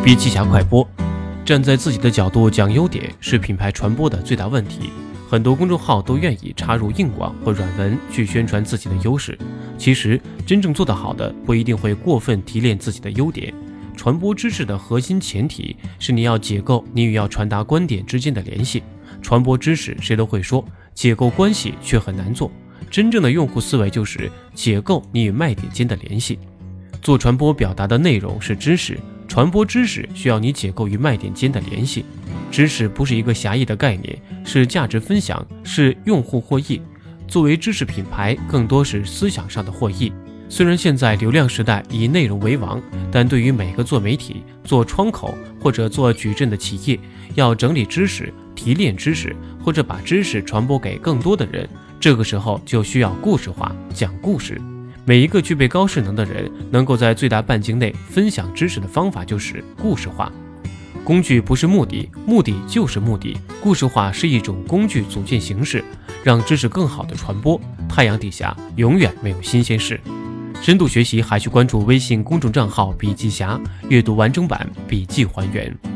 笔记侠快播，站在自己的角度讲优点是品牌传播的最大问题。很多公众号都愿意插入硬广或软文去宣传自己的优势，其实真正做得好的不一定会过分提炼自己的优点。传播知识的核心前提是你要解构你与要传达观点之间的联系。传播知识谁都会说，解构关系却很难做。真正的用户思维就是解构你与卖点间的联系。做传播表达的内容是知识，传播知识需要你解构与卖点间的联系。知识不是一个狭义的概念，是价值分享，是用户获益。作为知识品牌，更多是思想上的获益。虽然现在流量时代以内容为王，但对于每个做媒体、做窗口或者做矩阵的企业，要整理知识、提炼知识，或者把知识传播给更多的人，这个时候就需要故事化，讲故事。每一个具备高势能的人，能够在最大半径内分享知识的方法就是故事化。工具不是目的，目的就是目的。故事化是一种工具组件形式，让知识更好的传播。太阳底下永远没有新鲜事。深度学习还需关注微信公众账号笔记侠，阅读完整版笔记还原。